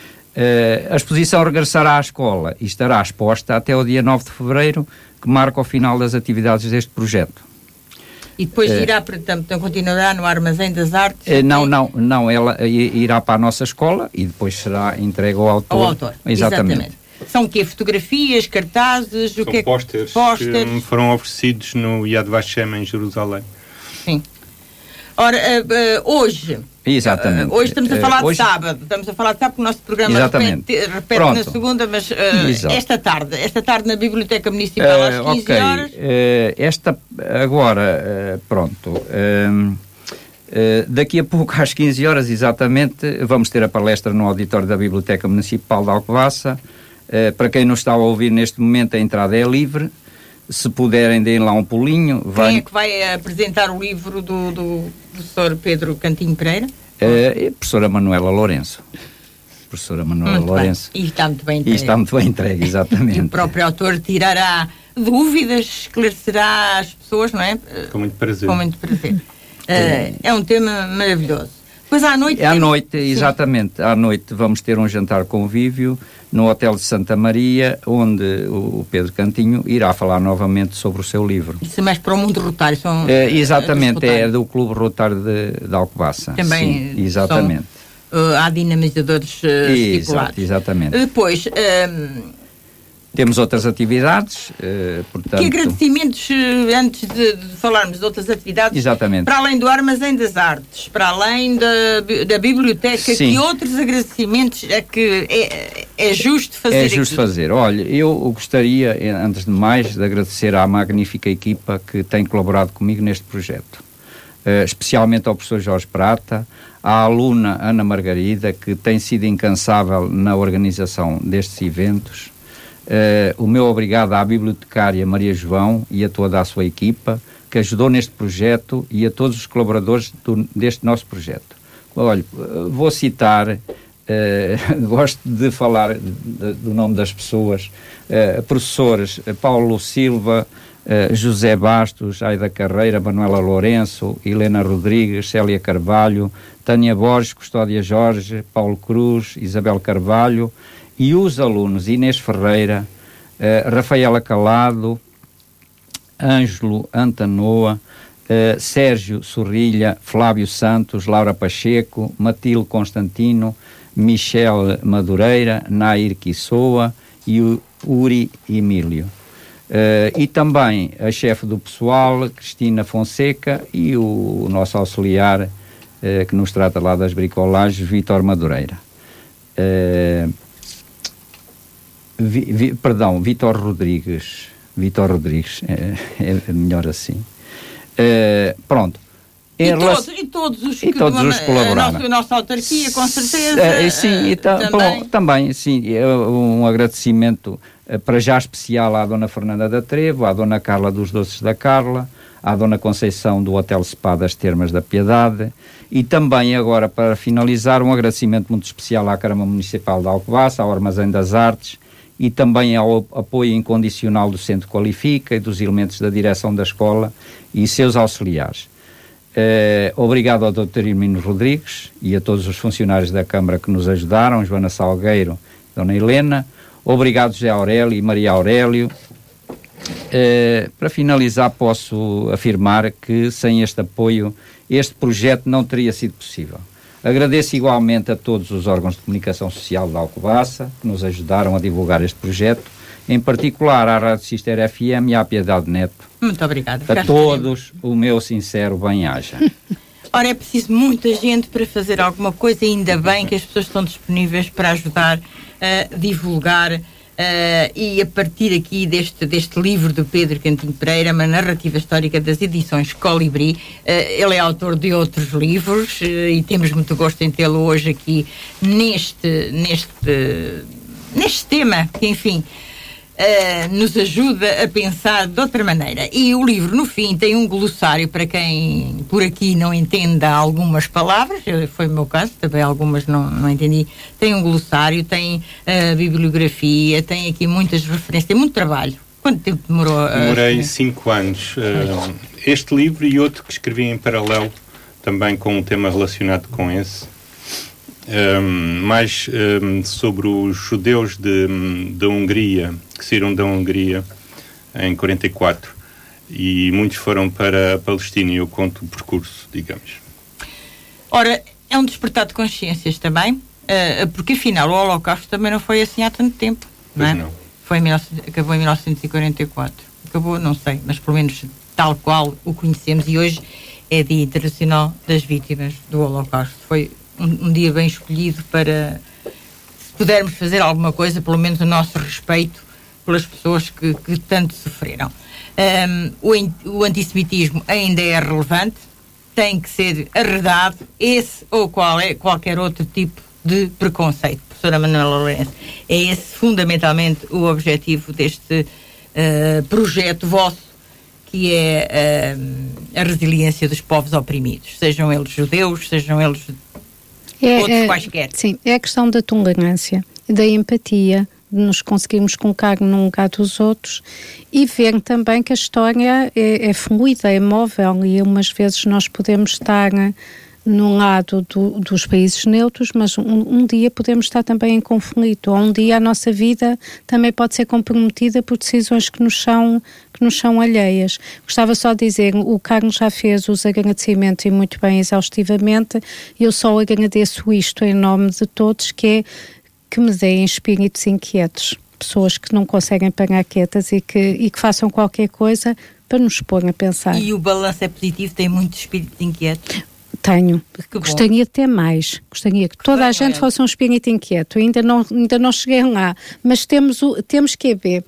A exposição regressará à escola e estará exposta até o dia 9 de fevereiro, que marca o final das atividades deste projeto. E depois continuará no Armazém das Artes? Não, ela irá para a nossa escola e depois será entregue ao autor. Ao autor, exatamente. São o quê? Fotografias, cartazes? São pósteres que me foram oferecidos no Yad Vashem em Jerusalém. Sim. Ora, hoje... Exatamente. Hoje estamos a falar de sábado. Estamos a falar de sábado porque o nosso programa repete na segunda, mas esta tarde na Biblioteca Municipal às 15 horas. Daqui a pouco às 15 horas exatamente vamos ter a palestra no auditório da Biblioteca Municipal de Alcobaça. Para quem não está a ouvir neste momento, a entrada é livre. Se puderem, deem lá um pulinho. Quem é que vai apresentar o livro do professor Pedro Cantinho Pereira? Professora Manuela Lourenço. Lourenço. E está muito bem entregue. E está muito bem entregue, exatamente. E o próprio autor tirará dúvidas, esclarecerá as pessoas, não é? Com muito prazer. É um tema maravilhoso. Depois à noite... Exatamente. À noite vamos ter um jantar convívio no Hotel de Santa Maria, onde o Pedro Cantinho irá falar novamente sobre o seu livro. Isso é mais para o mundo rotário. Exatamente, é do Clube Rotário de Alcobaça. Também. Sim, exatamente. Há dinamizadores estipulados. Exatamente. Depois... temos outras atividades, portanto... Que agradecimentos, antes de falarmos de outras atividades, exatamente, para além do Armazém das Artes, para além da biblioteca, que outros agradecimentos é que é justo fazer? É justo fazer. Olha, eu gostaria, antes de mais, de agradecer à magnífica equipa que tem colaborado comigo neste projeto. Especialmente ao professor Jorge Prata, à aluna Ana Margarida, que tem sido incansável na organização destes eventos. O meu obrigado à bibliotecária Maria João e a toda a sua equipa que ajudou neste projeto e a todos os colaboradores deste nosso projeto. Olha, vou citar, gosto de falar do nome das pessoas, professores Paulo Silva, José Bastos, Aida Carreira, Manuela Lourenço, Helena Rodrigues, Célia Carvalho, Tânia Borges, Custódia Jorge, Paulo Cruz, Isabel Carvalho, e os alunos Inês Ferreira, Rafaela Calado, Ângelo Antanoa, Sérgio Sorrilha, Flávio Santos, Laura Pacheco, Matilde Constantino, Michel Madureira, Nair Quissoa e o Uri Emílio. E também a chefe do pessoal, Cristina Fonseca, e o nosso auxiliar, que nos trata lá das bricolagens, Vítor Madureira. Vítor Rodrigues, é melhor assim. Pronto. E todos os que colaboraram. A nossa autarquia, com certeza. Sim, também, sim. Um agradecimento para já especial à Dona Fernanda da Trevo, à Dona Carla dos Doces da Carla, à Dona Conceição do Hotel Spa das Termas da Piedade, e também agora, para finalizar, um agradecimento muito especial à Câmara Municipal de Alcobaça, ao Armazém das Artes e também ao apoio incondicional do Centro Qualifica e dos elementos da direção da escola e seus auxiliares. Obrigado ao Dr. Hermínio Rodrigues e a todos os funcionários da Câmara que nos ajudaram, Joana Salgueiro, Dona Helena. Obrigado, José Aurélio e Maria Aurélio. Para finalizar, posso afirmar que sem este apoio, este projeto não teria sido possível. Agradeço igualmente a todos os órgãos de comunicação social de Alcobaça que nos ajudaram a divulgar este projeto, em particular à Rádio Cister FM e à Piedade Neto. Muito obrigada. A todos o meu sincero bem-aja. Ora, é preciso muita gente para fazer alguma coisa, e ainda bem que as pessoas estão disponíveis para ajudar a divulgar. E a partir aqui deste livro de Pedro Cantinho Pereira, uma narrativa histórica das edições Colibri, ele é autor de outros livros e temos muito gosto em tê-lo hoje aqui neste tema, que enfim nos ajuda a pensar de outra maneira. E o livro, no fim, tem um glossário para quem por aqui não entenda algumas palavras. Foi o meu caso, também algumas não entendi. Tem um glossário, tem bibliografia, tem aqui muitas referências, tem muito trabalho. Quanto tempo demorou? Demorei 5 anos. Este livro e outro que escrevi em paralelo, também com um tema relacionado com esse. Mais sobre os judeus da Hungria, que saíram da Hungria em 44, e muitos foram para a Palestina, e eu conto o percurso, digamos. Ora, é um despertar de consciências também, porque afinal o Holocausto também não foi assim há tanto tempo, não é? Não. Acabou em 1944. Acabou, não sei, mas pelo menos tal qual o conhecemos, e hoje é Dia Internacional das Vítimas do Holocausto. Foi um dia bem escolhido para, se pudermos fazer alguma coisa, pelo menos o nosso respeito pelas pessoas que tanto sofreram. O antissemitismo ainda é relevante, tem que ser arredado, esse ou qualquer outro tipo de preconceito. Professora Manuela Lourenço, é esse fundamentalmente o objetivo deste projeto vosso, que é a resiliência dos povos oprimidos, sejam eles judeus, sejam eles outros quaisquer. Sim, é a questão da tolerância, da empatia, de nos conseguirmos colocar no lugar dos outros e ver também que a história é fluida, é móvel, e umas vezes nós podemos estar num lado dos países neutros, mas um dia podemos estar também em conflito, ou um dia a nossa vida também pode ser comprometida por decisões que nos são alheias. Gostava só de dizer, o Carlos já fez os agradecimentos e muito bem exaustivamente, eu só agradeço isto em nome de todos, que me deem espíritos inquietos, pessoas que não conseguem parar quietas e que façam qualquer coisa para nos pôr a pensar. E o balanço é positivo, tem muito espírito inquieto? Tenho. Gostaria de ter mais. Gostaria que toda a gente fosse um espírito inquieto. Ainda não cheguei lá. Mas temos que ver.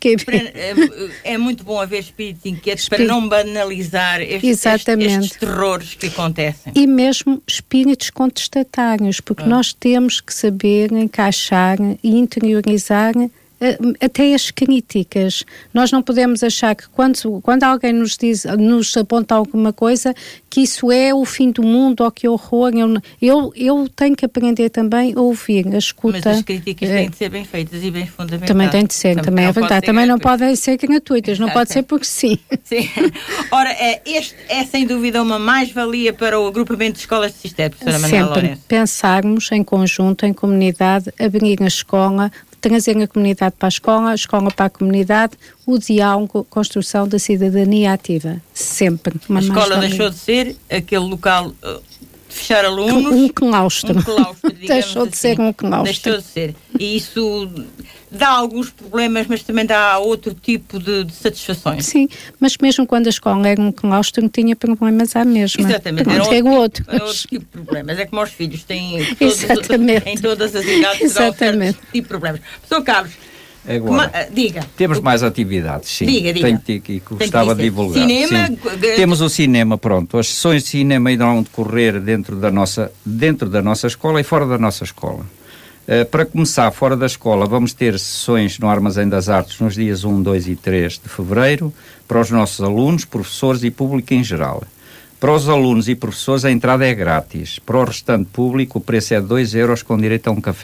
É muito bom haver espírito inquieto para não banalizar estes terrores que acontecem. E mesmo espíritos contestatários, porque nós temos que saber encaixar e interiorizar até as críticas. Nós não podemos achar que quando alguém nos aponta alguma coisa, que isso é o fim do mundo, ou que horror. Eu tenho que aprender também a ouvir, a escuta. Mas as críticas têm de ser bem feitas e bem fundamentadas. Também tem de ser, também é verdade. Também não podem ser gratuitas, não pode ser porque sim. Sim. Ora, este é sem dúvida uma mais-valia para o agrupamento de escolas de Cister, professora Manuela Lourenço. Sempre pensarmos em conjunto, em comunidade, abrir a escola, trazer a comunidade para a escola para a comunidade, o diálogo, construção da cidadania ativa. Sempre. A escola deixou de ser aquele local de fechar alunos. Um claustro. Deixou de ser um claustro. Deixou de ser. E isso dá alguns problemas, mas também dá outro tipo de satisfações. Em mas mesmo quando a escola era um claustro, tinha problemas à mesma. Exatamente. Era outro tipo de problemas. É como os filhos têm em todas as idades, terão certo tipo de problemas. Professor Carlos, agora, diga. Temos mais atividades, sim. Diga. Gostava de divulgar. Cinema. Sim. Temos o cinema, pronto. As sessões de cinema irão decorrer dentro da nossa escola e fora da nossa escola. Para começar, fora da escola, vamos ter sessões no Armazém das Artes nos dias 1, 2 e 3 de fevereiro, para os nossos alunos, professores e público em geral. Para os alunos e professores, a entrada é grátis. Para o restante público, o preço é 2 € com direito a um café.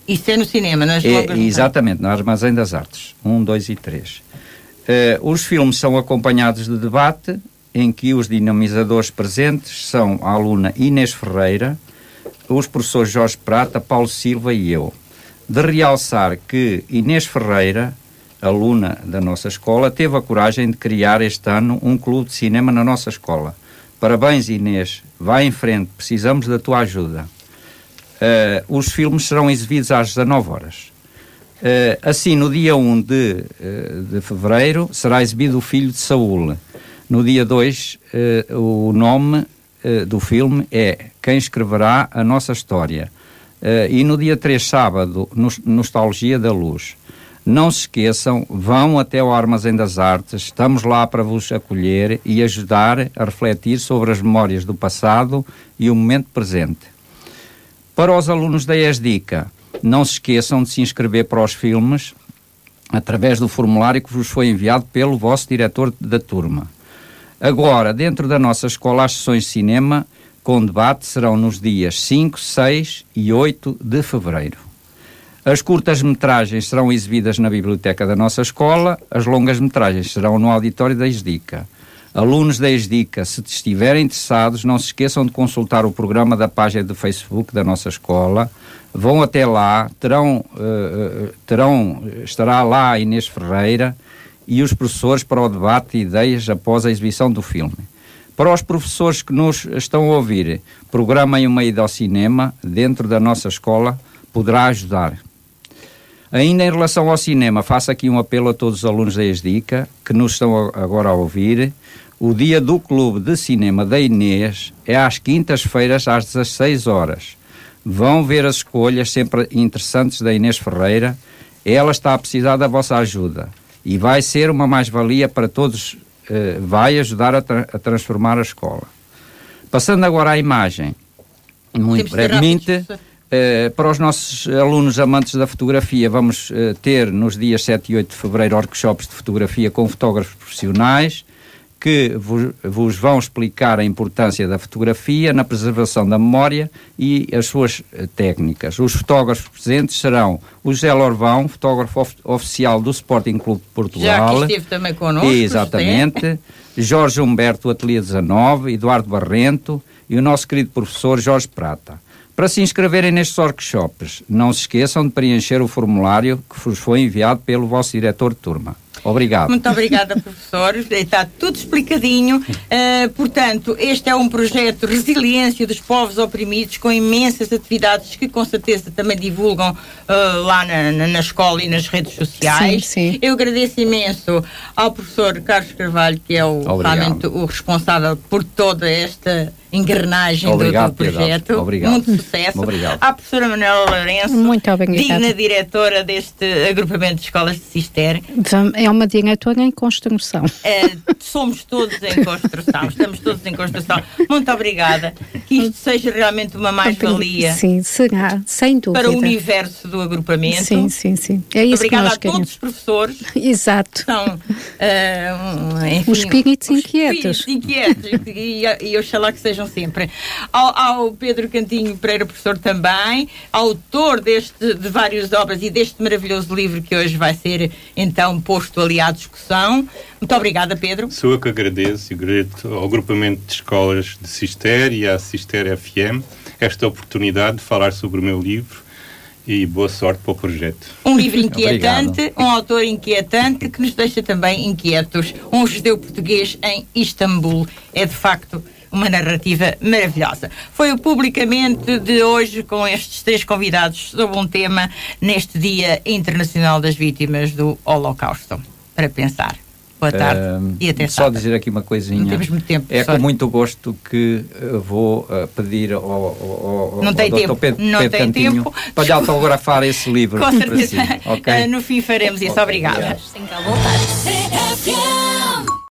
Isso é no cinema, nas longas? Exatamente, no Armazém das Artes, 1, 2 e 3. Os filmes são acompanhados de debate, em que os dinamizadores presentes são a aluna Inês Ferreira, os professores Jorge Prata, Paulo Silva e eu. De realçar que Inês Ferreira, aluna da nossa escola, teve a coragem de criar este ano um clube de cinema na nossa escola. Parabéns, Inês, vai em frente, precisamos da tua ajuda. Os filmes serão exibidos às 19 horas. Assim, no dia 1 de fevereiro, será exibido O Filho de Saúl. No dia 2, o nome do filme é Quem Escreverá a Nossa História. E no dia 3, sábado, Nostalgia da Luz. Não se esqueçam, vão até ao Armazém das Artes, estamos lá para vos acolher e ajudar a refletir sobre as memórias do passado e o momento presente. Para os alunos da ESDICA, não se esqueçam de se inscrever para os filmes através do formulário que vos foi enviado pelo vosso diretor da turma. Agora, dentro da nossa escola, as sessões de cinema com debate serão nos dias 5, 6 e 8 de fevereiro. As curtas-metragens serão exibidas na biblioteca da nossa escola, as longas-metragens serão no auditório da ESDICA. Alunos da ESDICA, se estiverem interessados, não se esqueçam de consultar o programa da página do Facebook da nossa escola. Vão até lá, estará lá a Inês Ferreira e os professores para o debate e ideias após a exibição do filme. Para os professores que nos estão a ouvir, programem uma ida ao cinema dentro da nossa escola, poderá ajudar. Ainda em relação ao cinema, faço aqui um apelo a todos os alunos da ESDICA que nos estão agora a ouvir. O dia do Clube de Cinema da Inês é às quintas-feiras às 16 horas. Vão ver as escolhas sempre interessantes da Inês Ferreira. Ela está a precisar da vossa ajuda e vai ser uma mais-valia para todos, vai ajudar a transformar a escola. Passando agora à imagem, muito brevemente... para os nossos alunos amantes da fotografia, vamos ter nos dias 7 e 8 de fevereiro workshops de fotografia com fotógrafos profissionais que vos vão explicar a importância da fotografia na preservação da memória e as suas técnicas. Os fotógrafos presentes serão o José Lorvão, fotógrafo oficial do Sporting Clube de Portugal. Já que esteve também connosco. Exatamente. Jorge Humberto, Ateliê 19, Eduardo Barrento e o nosso querido professor Jorge Prata. Para se inscreverem nestes workshops, não se esqueçam de preencher o formulário que vos foi enviado pelo vosso diretor de turma. Obrigado. Muito obrigada, professor. Está tudo explicadinho. Portanto, este é um projeto Resiliência dos Povos Oprimidos, com imensas atividades que com certeza também divulgam lá na escola e nas redes sociais. Sim, sim. Eu agradeço imenso ao professor Carlos Carvalho, que é realmente o responsável por toda esta engrenagem do projeto. Obrigado. Muito sucesso. Obrigado. À professora Manuela Lourenço, muito obrigada, digna diretora deste agrupamento de escolas de Cister. É uma diretora em construção. Somos todos em construção, estamos todos em construção. Muito obrigada. Que isto seja realmente uma mais-valia. Sim, será, sem dúvida. Para o universo do agrupamento. Sim, sim, sim. É isso. Obrigada que nós a todos os professores. Exato. São enfim, os espíritos inquietos. E oxalá que sejam sempre. Ao Pedro Cantinho Pereira, professor também, autor de várias obras e deste maravilhoso livro que hoje vai ser então posto ali à discussão. Muito obrigada, Pedro. Sou eu que agradeço ao agrupamento de escolas de Cister e à Cister FM esta oportunidade de falar sobre o meu livro e boa sorte para o projeto. Um livro inquietante, um autor inquietante que nos deixa também inquietos. Um judeu português em Istambul. É de facto uma narrativa maravilhosa. Foi o Publicamente de hoje com estes 3 convidados sobre um tema neste Dia Internacional das Vítimas do Holocausto. Para pensar. Boa tarde e até só sábado. Dizer aqui uma coisinha. Não temos muito tempo, é com muito gosto que vou pedir ao Dr. Pedro Cantinho para lhe autografar esse livro. Com certeza. Okay? No fim faremos isso. Obrigada. Tem que voltar.